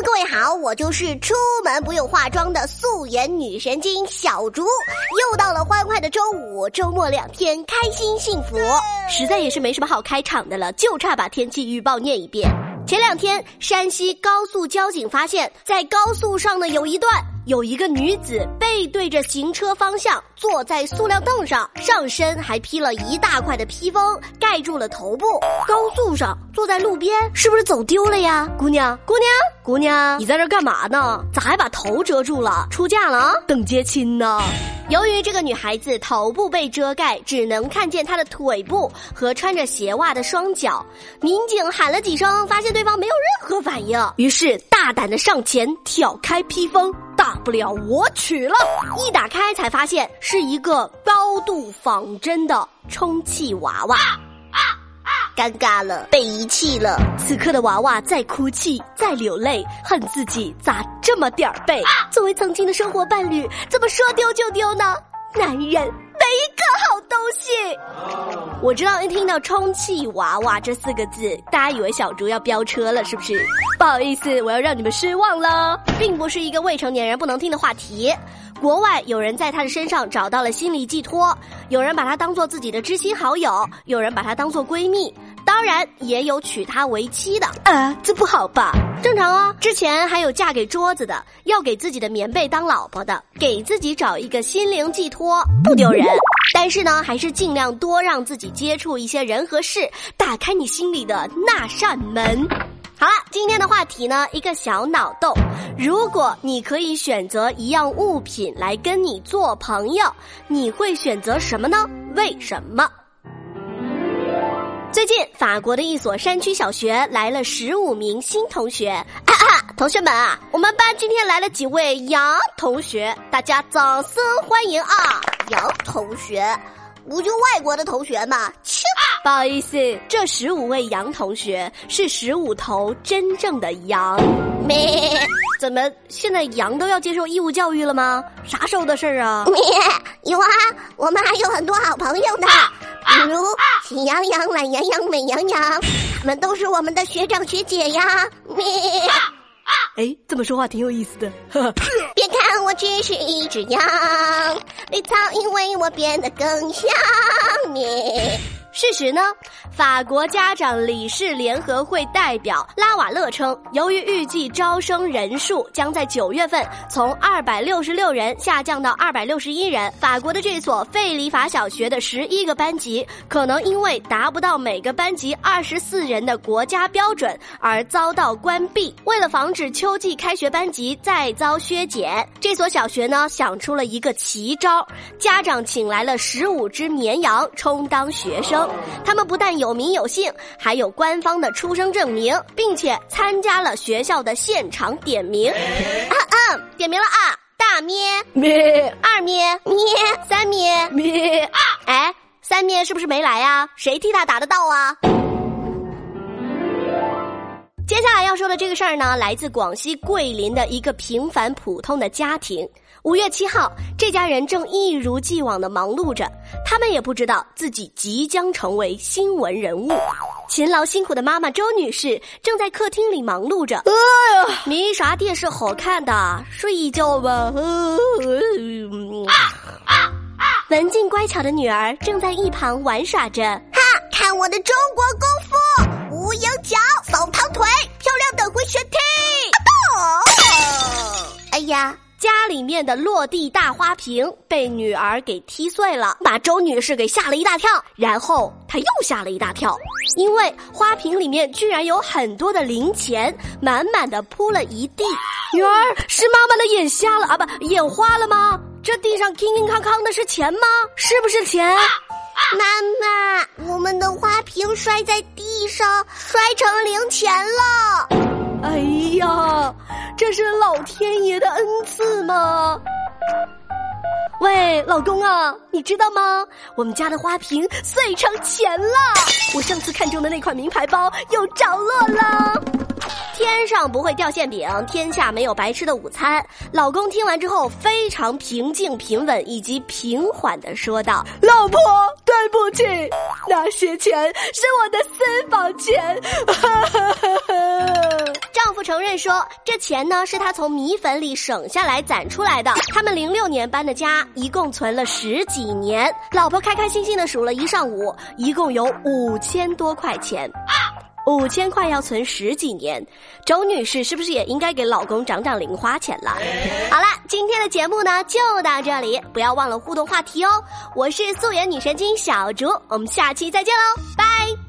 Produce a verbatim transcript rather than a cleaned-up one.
各位好，我就是出门不用化妆的素颜女神经小竹。又到了欢快的周五，周末两天开心幸福，实在也是没什么好开场的了，就差把天气预报念一遍。前两天山西高速交警发现，在高速上呢有一段有一个女子背对着行车方向坐在塑料凳上，上身还披了一大块的披风，盖住了头部。高速上坐在路边，是不是走丢了呀？姑娘姑娘姑娘，你在这干嘛呢？咋还把头遮住了？出嫁了啊？等接亲呢？由于这个女孩子头部被遮盖，只能看见她的腿部和穿着鞋袜的双脚。民警喊了几声，发现对方没有任何反应，于是大胆的上前挑开披风，大不了我取了。一打开才发现是一个高度仿真的充气娃娃。尴尬了，被遗弃了。此刻的娃娃在哭泣，在流泪，恨自己咋这么点儿背。作为曾经的生活伴侣，怎么说丢就丢呢？男人没一个好东西。我知道一听到充气娃娃这四个字，大家以为小竹要飙车了，是不是？不好意思，我要让你们失望了，并不是一个未成年人不能听的话题。国外有人在他的身上找到了心理寄托，有人把他当作自己的知心好友，有人把他当作闺蜜，当然也有娶她为妻的。啊，这不好吧？正常啊，之前还有嫁给桌子的，要给自己的棉被当老婆的，给自己找一个心灵寄托，不丢人。但是呢，还是尽量多让自己接触一些人和事，打开你心里的那扇门。好了，今天的话题呢，一个小脑洞。如果你可以选择一样物品来跟你做朋友，你会选择什么呢？为什么？最近法国的一所山区小学来了十五名新同学。啊啊，同学们啊，我们班今天来了几位杨同学，大家掌声欢迎啊！杨同学，不就外国的同学吗？切，不好意思，这十五位杨同学是十五头真正的羊。咩？怎么现在羊都要接受义务教育了吗？啥时候的事儿啊？咩？有啊，我们还有很多好朋友呢。比如喜羊羊、懒羊羊、美羊羊，他们都是我们的学长学姐呀。 哎，这么说话挺有意思的。 别看我只是一只羊，绿草因为我变得更香你。事实呢，法国家长理事联合会代表拉瓦勒称，由于预计招生人数将在九月份从二百六十六人下降到二百六十一人，法国的这所费里法小学的十一个班级可能因为达不到每个班级二十四人的国家标准而遭到关闭。为了防止秋季开学班级再遭削减，这所小学呢想出了一个奇招，家长请来了十五只绵羊充当学生。他们不但有名有姓，还有官方的出生证明，并且参加了学校的现场点名。啊啊，点名了啊！大咩咩， 二咩咩，三咩咩啊！ 哎，三咩是不是没来啊？谁替他打得到啊？接下来要说的这个事儿呢，来自广西桂林的一个平凡普通的家庭。五月七号，这家人正一如既往的忙碌着，他们也不知道自己即将成为新闻人物。勤劳辛苦的妈妈周女士正在客厅里忙碌着。 哎呀， 没啥电视好看的，睡一觉吧。文静乖巧的女儿正在一旁玩耍着。哈，看我的中国功夫，无影脚，扫堂腿，漂亮的回旋踢。哎呀，家里面的落地大花瓶被女儿给踢碎了，把周女士给吓了一大跳，然后她又吓了一大跳，因为花瓶里面居然有很多的零钱，满满的铺了一地。 女儿，是妈妈的眼瞎了啊？不，眼花了吗？ 这地上铿铿康康的是钱吗？ 是不是钱？ 妈妈，我们的花瓶摔在地上，摔成零钱了。 哎呀，这是老天爷的恩赐吗？ 喂，老公啊，你知道吗？我们家的花瓶碎成钱了，我上次看中的那款名牌包有着落了。 天上不会掉馅饼，天下没有白吃的午餐。老公听完之后非常平静平稳以及平缓地说道： 老婆，对不起，那些钱是我的私房钱。 丈夫承认说，这钱呢是他从米粉里省下来攒出来的。他们零六年搬的家，一共存了十几年。老婆开开心心地数了一上午，一共有五千多块钱。五千块要存十几年，周女士是不是也应该给老公涨涨零花钱了？好了，今天的节目呢就到这里，不要忘了互动话题哦。我是素颜女神经小竹，我们下期再见喽，拜。